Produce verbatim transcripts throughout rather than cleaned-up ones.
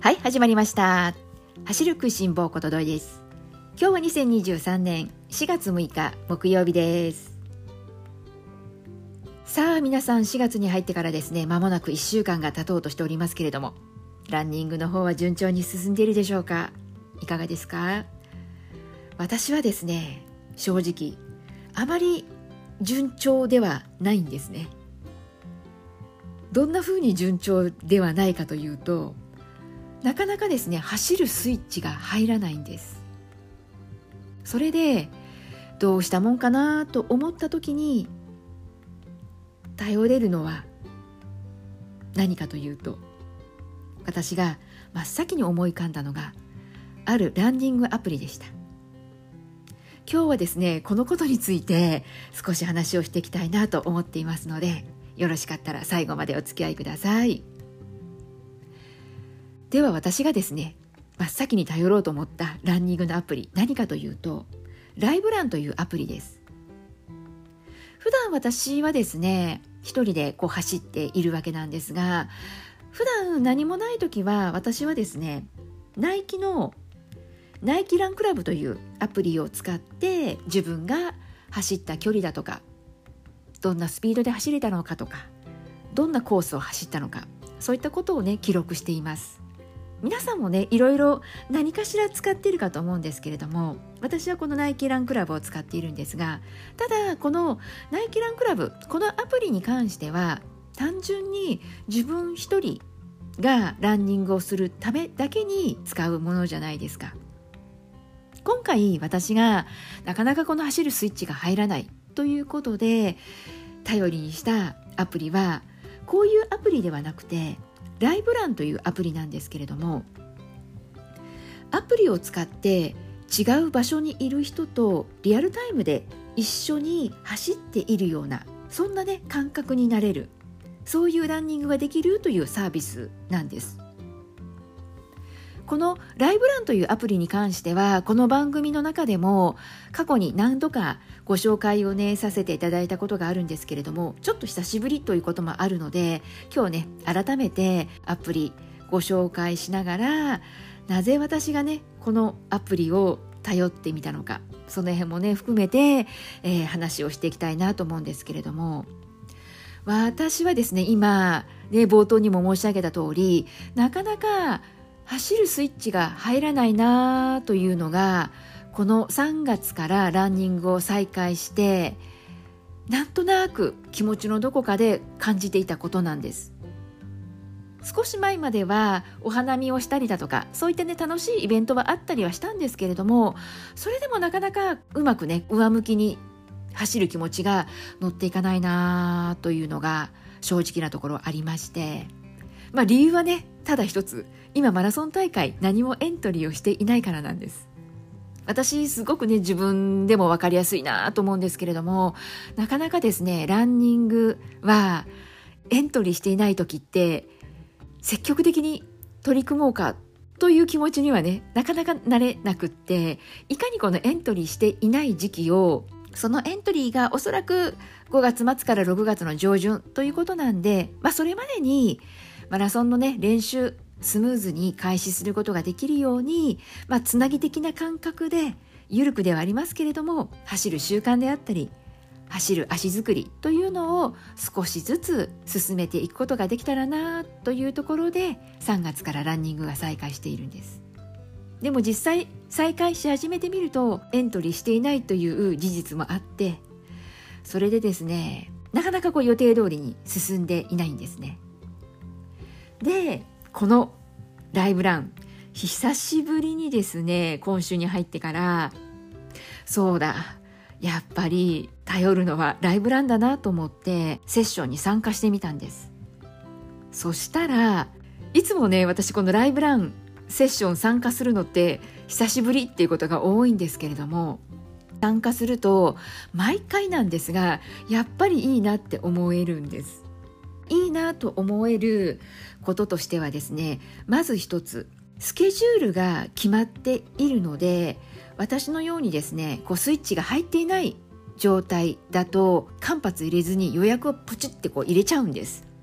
はい、始まりました。走る食いしん坊ことどいです。今日はにせんにじゅうさんねんしがつむいか木曜日です。さあ皆さん、しがつに入ってからですね、間もなくいっしゅうかんが経とうとしておりますけれども、ランニングの方は順調に進んでいるでしょうか。いかがですか。私はですね、正直あまり順調ではないんですね。どんな風に順調ではないかというと、なかなかですね、走るスイッチが入らないんです。それでどうしたもんかなと思った時に頼れるのは何かというと、私が真っ先に思い浮かんだのがあるランニングアプリでした。今日はですね、このことについて少し話をしていきたいなと思っていますので、よろしかったら最後までお付き合いください。では私がですね、真っ先に頼ろうと思ったランニングのアプリ、何かというとライブランというアプリです。普段私はですね、一人でこう走っているわけなんですが、普段何もない時は私はですね、ナイキのナイキランクラブというアプリを使って自分が走った距離だとか、どんなスピードで走れたのかとか、どんなコースを走ったのか、そういったことをね記録しています。皆さんもね、いろいろ何かしら使っているかと思うんですけれども、私はこのナイキランクラブを使っているんですが、ただこのナイキランクラブ、このアプリに関しては単純に自分一人がランニングをするためだけに使うものじゃないですか。今回私がなかなかこの走るスイッチが入らないということで頼りにしたアプリは、こういうアプリではなくてライブランというアプリなんですけれども、アプリを使って違う場所にいる人とリアルタイムで一緒に走っているような、そんなね感覚になれる、そういうランニングができるというサービスなんです。このライブランというアプリに関しては、この番組の中でも過去に何度かご紹介をねさせていただいたことがあるんですけれども、ちょっと久しぶりということもあるので、今日ね改めてアプリご紹介しながら、なぜ私がねこのアプリを頼ってみたのか、その辺もね含めて、えー、話をしていきたいなと思うんですけれども、私はですね、今ね冒頭にも申し上げた通り、なかなか走るスイッチが入らないなというのが、このさんがつからランニングを再開してなんとなく気持ちのどこかで感じていたことなんです。少し前まではお花見をしたりだとか、そういったね楽しいイベントはあったりはしたんですけれども、それでもなかなかうまくね上向きに走る気持ちが乗っていかないなというのが正直なところありまして、まあ理由はねただ一つ、今マラソン大会何もエントリーをしていないからなんです。私すごくね自分でも分かりやすいなと思うんですけれども、なかなかですねランニングはエントリーしていない時って積極的に取り組もうかという気持ちにはねなかなかなれなくって、いかにこのエントリーしていない時期を、そのエントリーがおそらくごがつまつからろくがつの上旬ということなんで、まあそれまでにマラソンのね練習スムーズに開始することができるように、まあ、つなぎ的な感覚で緩くではありますけれども走る習慣であったり走る足作りというのを少しずつ進めていくことができたらなというところで、さんがつからランニングが再開しているんです。でも実際再開し始めてみるとエントリーしていないという事実もあって、それでですねなかなかこう予定通りに進んでいないんですね。でこのライブラン、久しぶりにですね今週に入ってから、そうだやっぱり頼るのはライブランだなと思ってセッションに参加してみたんです。そしたらいつもね私このライブランセッション参加するのって久しぶりっていうことが多いんですけれども、参加すると毎回なんですがやっぱりいいなって思えるんです。いいなと思えることとしてはですね、まず一つスケジュールが決まっているので、私のようにですねこうスイッチが入っていない状態だと間髪入れずに予約をポチってこう入れちゃうんです。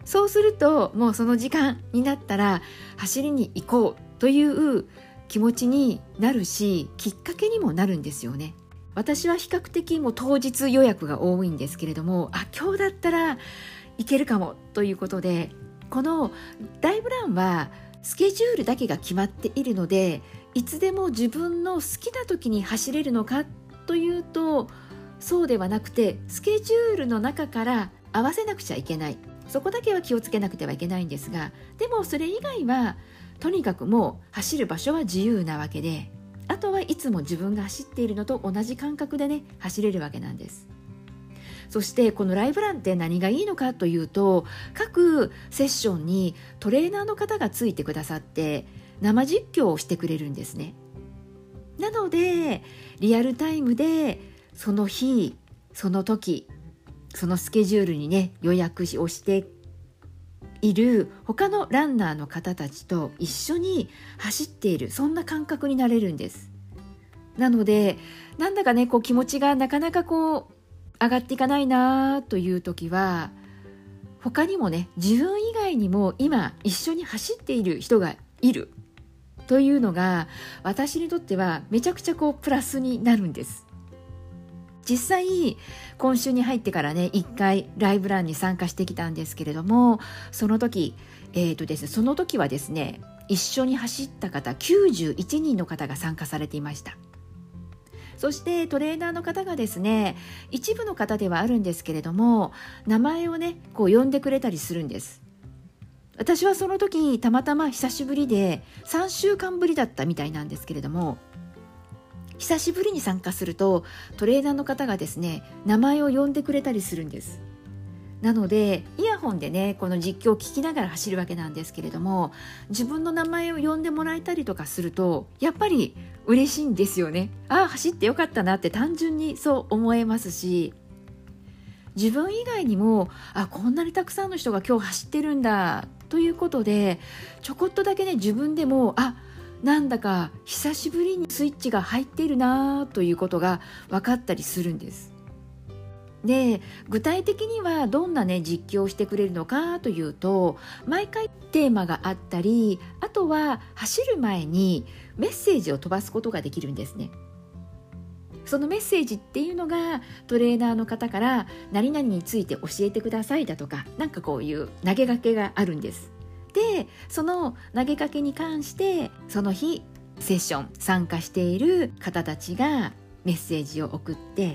そうするともうその時間になったら走りに行こうという気持ちになるし、きっかけにもなるんですよね。私は比較的もう当日予約が多いんですけれども、あ、今日だったらいけるかもということで、このライブランはスケジュールだけが決まっているので、いつでも自分の好きな時に走れるのかというとそうではなくて、スケジュールの中から合わせなくちゃいけない、そこだけは気をつけなくてはいけないんですが、でもそれ以外はとにかくもう走る場所は自由なわけで、あとはいつも自分が走っているのと同じ感覚でね走れるわけなんです。そしてこのライブランって何がいいのかというと、各セッションにトレーナーの方がついてくださって生実況をしてくれるんですね。なのでリアルタイムでその日その時そのスケジュールにね予約をしている他のランナーの方たちと一緒に走っている、そんな感覚になれるんです。なのでなんだかねこう気持ちがなかなかこう上がっていかないなという時は、他にもね自分以外にも今一緒に走っている人がいるというのが私にとってはめちゃくちゃこうプラスになるんです。実際今週に入ってからねいっかいライブランに参加してきたんですけれども、その時、えーとですね、その時はですね一緒に走った方きゅうじゅういちにんの方が参加されていました。そしてトレーナーの方がですね、一部の方ではあるんですけれども名前をねこう呼んでくれたりするんです。私はその時たまたま久しぶりでさんしゅうかんぶりだったみたいなんですけれども、久しぶりに参加するとトレーナーの方がですね名前を呼んでくれたりするんです。なのでイヤホンでねこの実況を聞きながら走るわけなんですけれども、自分の名前を呼んでもらえたりとかするとやっぱり嬉しいんですよね。ああ走ってよかったなって単純にそう思えますし、自分以外にもあこんなにたくさんの人が今日走ってるんだということで、ちょこっとだけね自分でもあなんだか久しぶりにスイッチが入っているなということが分かったりするんです。で具体的にはどんなね実況をしてくれるのかというと、毎回テーマがあったり、あとは走る前にメッセージを飛ばすことができるんですね。そのメッセージっていうのがトレーナーの方から何々について教えてくださいだとか、なんかこういう投げかけがあるんです。でその投げかけに関してその日セッション参加している方たちがメッセージを送って、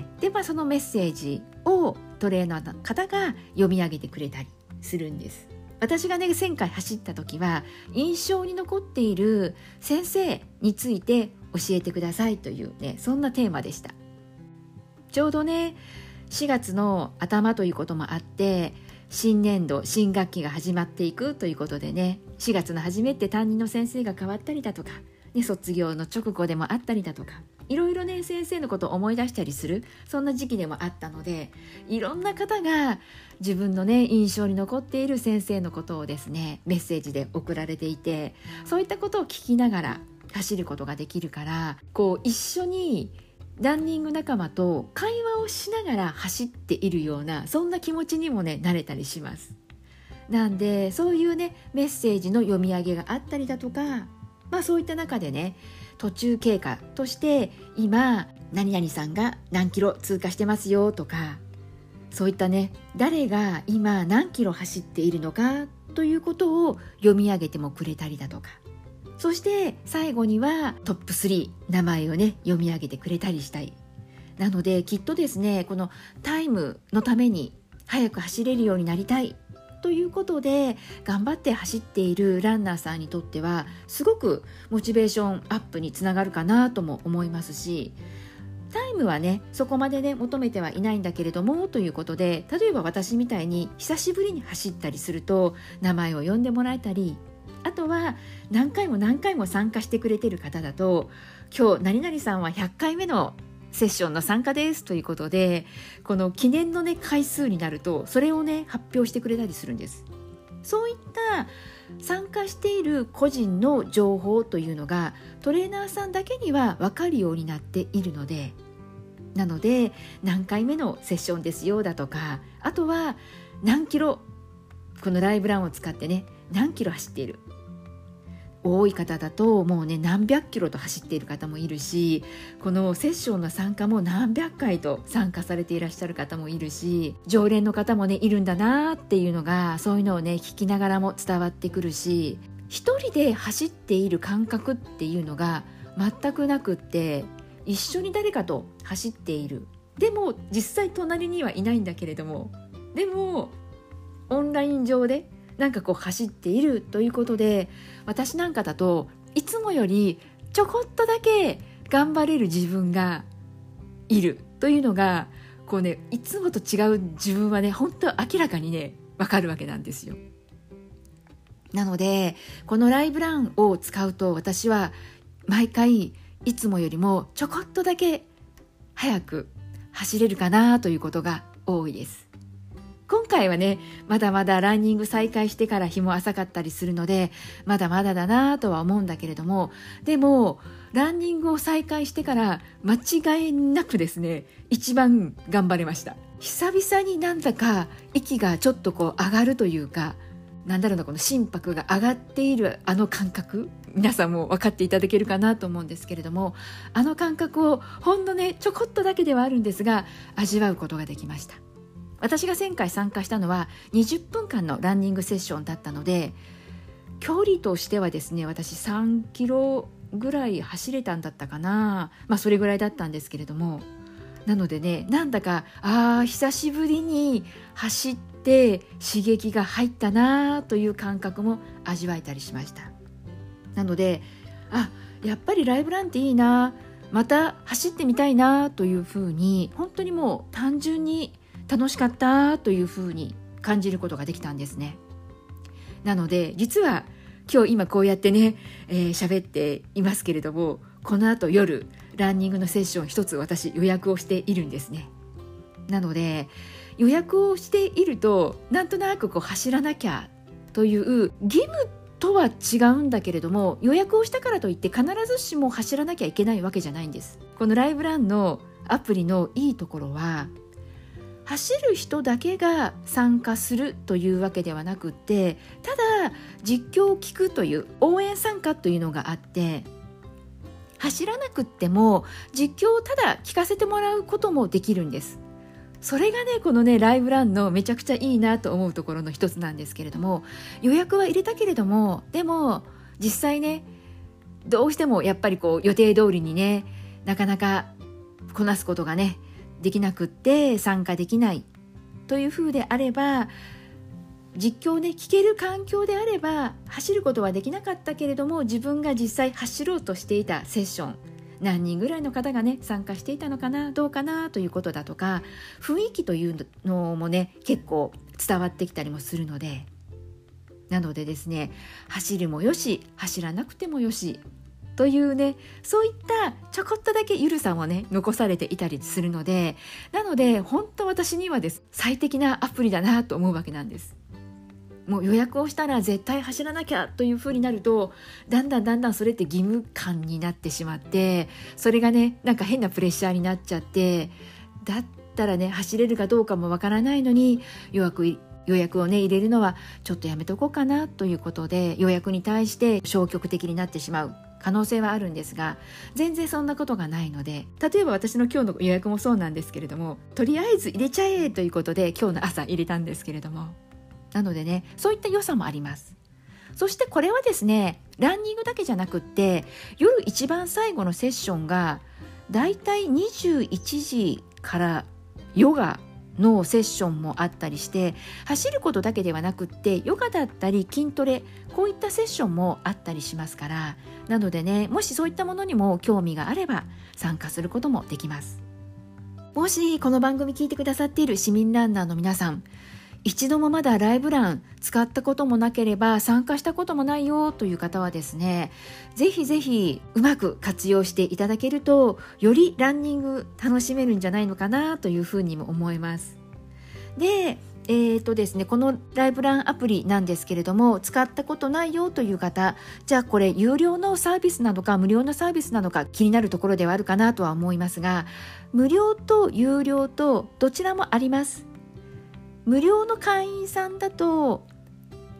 で、まあ、そのメッセージをトレーナーの方が読み上げてくれたりするんです。私がねせんかい走った時は印象に残っている先生について教えてくださいというねそんなテーマでした。ちょうどねしがつの頭ということもあって、新年度新学期が始まっていくということでね、しがつの初めって担任の先生が変わったりだとか、ね、卒業の直後でもあったりだとか、いろいろね先生のことを思い出したりするそんな時期でもあったので、いろんな方が自分のね印象に残っている先生のことをですねメッセージで送られていて、そういったことを聞きながら走ることができるから、こう一緒にランニング仲間と会話をしながら走っているようなそんな気持ちにもね慣れたりします。なんでそういうねメッセージの読み上げがあったりだとか、まあそういった中でね途中経過として今何々さんが何キロ通過してますよとか、そういったね誰が今何キロ走っているのかということを読み上げてもくれたりだとか、そして最後にはトップスリー名前をね読み上げてくれたりしたい。なのできっとですねこのタイムのために早く走れるようになりたいということで頑張って走っているランナーさんにとってはすごくモチベーションアップにつながるかなとも思いますし、タイムはねそこまでね求めてはいないんだけれどもということで、例えば私みたいに久しぶりに走ったりすると名前を呼んでもらえたり、あとは何回も何回も参加してくれてる方だと、今日何々さんはひゃっかいめのセッションの参加ですということで、この記念のね回数になるとそれをね発表してくれたりするんです。そういった参加している個人の情報というのがトレーナーさんだけには分かるようになっているので、なので何回目のセッションですよだとか、あとは何キロこのライブランを使ってね何キロ走っている、多い方だともうね何百キロと走っている方もいるし、このセッションの参加も何百回と参加されていらっしゃる方もいるし、常連の方もねいるんだなっていうのが、そういうのをね聞きながらも伝わってくるし、一人で走っている感覚っていうのが全くなくって、一緒に誰かと走っている、でも実際隣にはいないんだけれども、でもオンライン上でなんかこう走っているということで、私なんかだといつもよりちょこっとだけ頑張れる自分がいるというのが、こうねいつもと違う自分はね本当明らかにねわかるわけなんですよ。なのでこのライブランを使うと、私は毎回いつもよりもちょこっとだけ早く走れるかなということが多いです。今回はねまだまだランニング再開してから日も浅かったりするので、まだまだだなとは思うんだけれども、でもランニングを再開してから間違いなくですね一番頑張れました。久々になんだか息がちょっとこう上がるというか、なんだろうな、この心拍が上がっているあの感覚、皆さんも分かっていただけるかなと思うんですけれども、あの感覚をほんのねちょこっとだけではあるんですが味わうことができました。私が前回参加したのはにじゅっぷんかんのランニングセッションだったので、距離としてはですね私さんキロぐらい走れたんだったかな、まあそれぐらいだったんですけれども、なのでねなんだかあー久しぶりに走って刺激が入ったなという感覚も味わえたりしました。なのであやっぱりライブランっていいな、また走ってみたいなというふうに、本当にもう単純に楽しかったというふうに感じることができたんですね。なので実は今日今こうやってね喋、えー、っていますけれども、この後夜ランニングのセッション一つ私予約をしているんですね。なので予約をしているとなんとなくこう走らなきゃという義務とは違うんだけれども、予約をしたからといって必ずしも走らなきゃいけないわけじゃないんです。このライブランのアプリのいいところは、走る人だけが参加するというわけではなくって、ただ実況を聞くという応援参加というのがあって、走らなくっても実況をただ聞かせてもらうこともできるんです。それがねこのねライブランのめちゃくちゃいいなと思うところの一つなんですけれども、予約は入れたけれども、でも実際ねどうしてもやっぱりこう予定通りにねなかなかこなすことがねできなくって参加できないという風であれば、実況をね聞ける環境であれば走ることはできなかったけれども、自分が実際走ろうとしていたセッション、何人ぐらいの方がね参加していたのかなどうかなということだとか、雰囲気というのもね結構伝わってきたりもするので、なのでですね走るもよし走らなくてもよしというね、そういったちょこっとだけゆるさもね残されていたりするので、なので本当私にはです最適なアプリだなと思うわけなんです。もう予約をしたら絶対走らなきゃという風になると、だんだんだんだんそれって義務感になってしまって、それがねなんか変なプレッシャーになっちゃって、だったらね走れるかどうかもわからないのに予約予約をね入れるのはちょっとやめとこうかなということで、予約に対して消極的になってしまう可能性はあるんですが、全然そんなことがないので、例えば私の今日の予約もそうなんですけれども、とりあえず入れちゃえということで今日の朝入れたんですけれども、なのでねそういった良さもあります。そしてこれはですねランニングだけじゃなくって、夜一番最後のセッションがだいたいにじゅういちじからヨガのセッションもあったりして、走ることだけではなくってヨガだったり筋トレ、こういったセッションもあったりしますから、なのでねもしそういったものにも興味があれば参加することもできます。もしこの番組聞いてくださっている市民ランナーの皆さん、一度もまだライブラン使ったこともなければ参加したこともないよという方はですね、ぜひぜひうまく活用していただけると、よりランニング楽しめるんじゃないのかなというふうにも思います。で、えーとですね、このライブランアプリなんですけれども、使ったことないよという方、じゃあこれ有料のサービスなのか無料のサービスなのか気になるところではあるかなとは思いますが、無料と有料とどちらもあります。無料の会員さんだと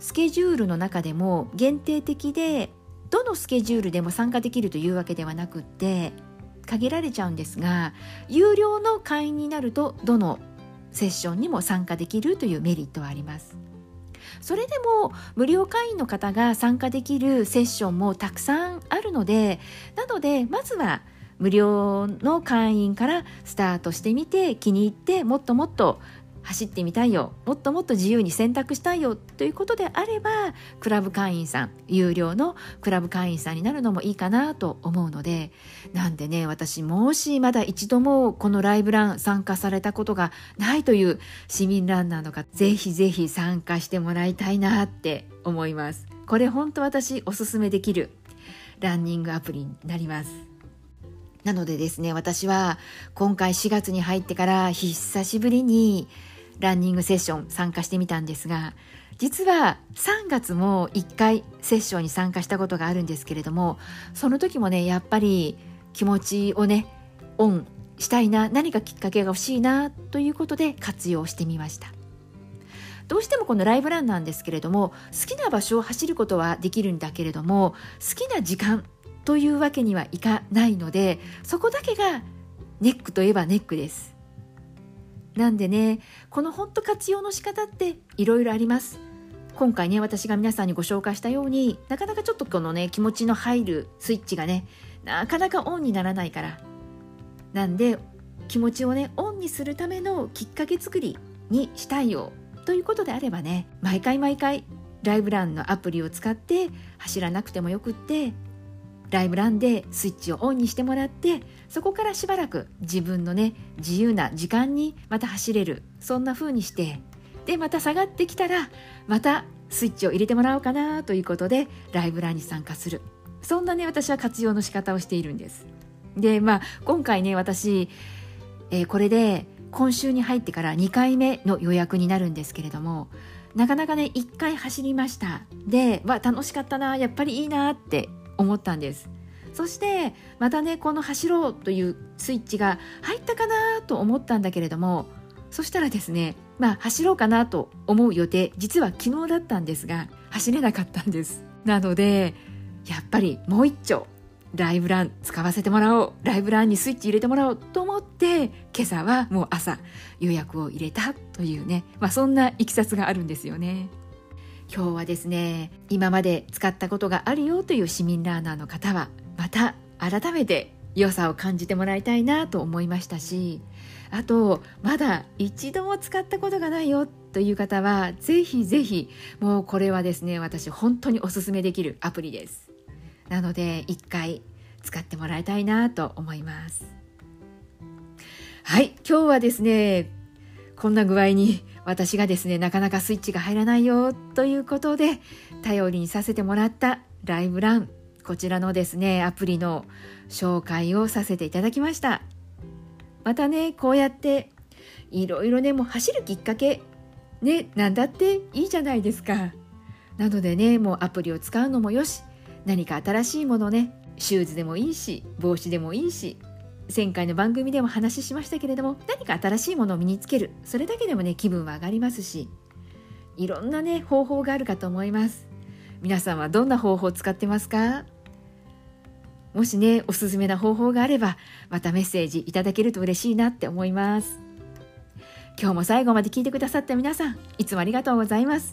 スケジュールの中でも限定的で、どのスケジュールでも参加できるというわけではなくって限られちゃうんですが、有料の会員になるとどのセッションにも参加できるというメリットはあります。それでも無料会員の方が参加できるセッションもたくさんあるので、なのでまずは無料の会員からスタートしてみて、気に入ってもっともっと走ってみたいよ、もっともっと自由に選択したいよということであれば、クラブ会員さん、有料のクラブ会員さんになるのもいいかなと思うので、なんでね、私もしまだ一度もこのライブラン参加されたことがないという市民ランナーの方、ぜひぜひ参加してもらいたいなって思います。これ本当私おすすめできるランニングアプリになります。なのでですね、私は今回しがつに入ってから久しぶりにランニングセッション参加してみたんですが、実はさんがつもいっかいセッションに参加したことがあるんですけれども、その時もね、やっぱり気持ちをねオンしたいな、何かきっかけが欲しいなということで活用してみました。どうしてもこのライブランなんですけれども、好きな場所を走ることはできるんだけれども、好きな時間というわけにはいかないので、そこだけがネックといえばネックです。なんでね、この本当活用の仕方っていろいろあります。今回ね、私が皆さんにご紹介したように、なかなかちょっとこのね、気持ちの入るスイッチがね、なかなかオンにならないから。なんで、気持ちをね、オンにするためのきっかけ作りにしたいよということであればね、毎回毎回ライブランのアプリを使って走らなくてもよくって、ライブランでスイッチをオンにしてもらって、そこからしばらく自分のね自由な時間にまた走れる、そんな風にして、でまた下がってきたらまたスイッチを入れてもらおうかなということでライブランに参加する、そんなね私は活用の仕方をしているんです。でまあ今回ね私、えー、これで今週に入ってからにかいめの予約になるんですけれども、なかなかねいっかい走りました。でわ楽しかったな、やっぱりいいなって思ったんです。そしてまたねこの走ろうというスイッチが入ったかなと思ったんだけれども、そしたらですね、まあ走ろうかなと思う予定、実は昨日だったんですが走れなかったんです。なのでやっぱりもう一丁ライブラン使わせてもらおう、ライブランにスイッチ入れてもらおうと思って、今朝はもう朝予約を入れたというね、まあ、そんないきさつがあるんですよね。今日はですね、今まで使ったことがあるよという市民ランナーの方はまた改めて良さを感じてもらいたいなと思いましたし、あとまだ一度も使ったことがないよという方はぜひぜひ、もうこれはですね私本当におすすめできるアプリです。なので一回使ってもらいたいなと思います。はい、今日はですねこんな具合に私がですねなかなかスイッチが入らないよということで頼りにさせてもらったライブラン、こちらのですねアプリの紹介をさせていただきました。またねこうやっていろいろねもう走るきっかけね、なんだっていいじゃないですか。なのでねもうアプリを使うのもよし、何か新しいものね、シューズでもいいし帽子でもいいし、前回の番組でも話しましたけれども、何か新しいものを身につける、それだけでもね気分は上がりますし、いろんなね方法があるかと思います。皆さんはどんな方法を使ってますか？もしねおすすめな方法があればまたメッセージいただけると嬉しいなって思います。今日も最後まで聞いてくださった皆さん、いつもありがとうございます。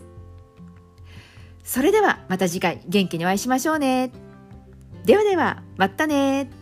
それではまた次回元気にお会いしましょうね。ではではまたね。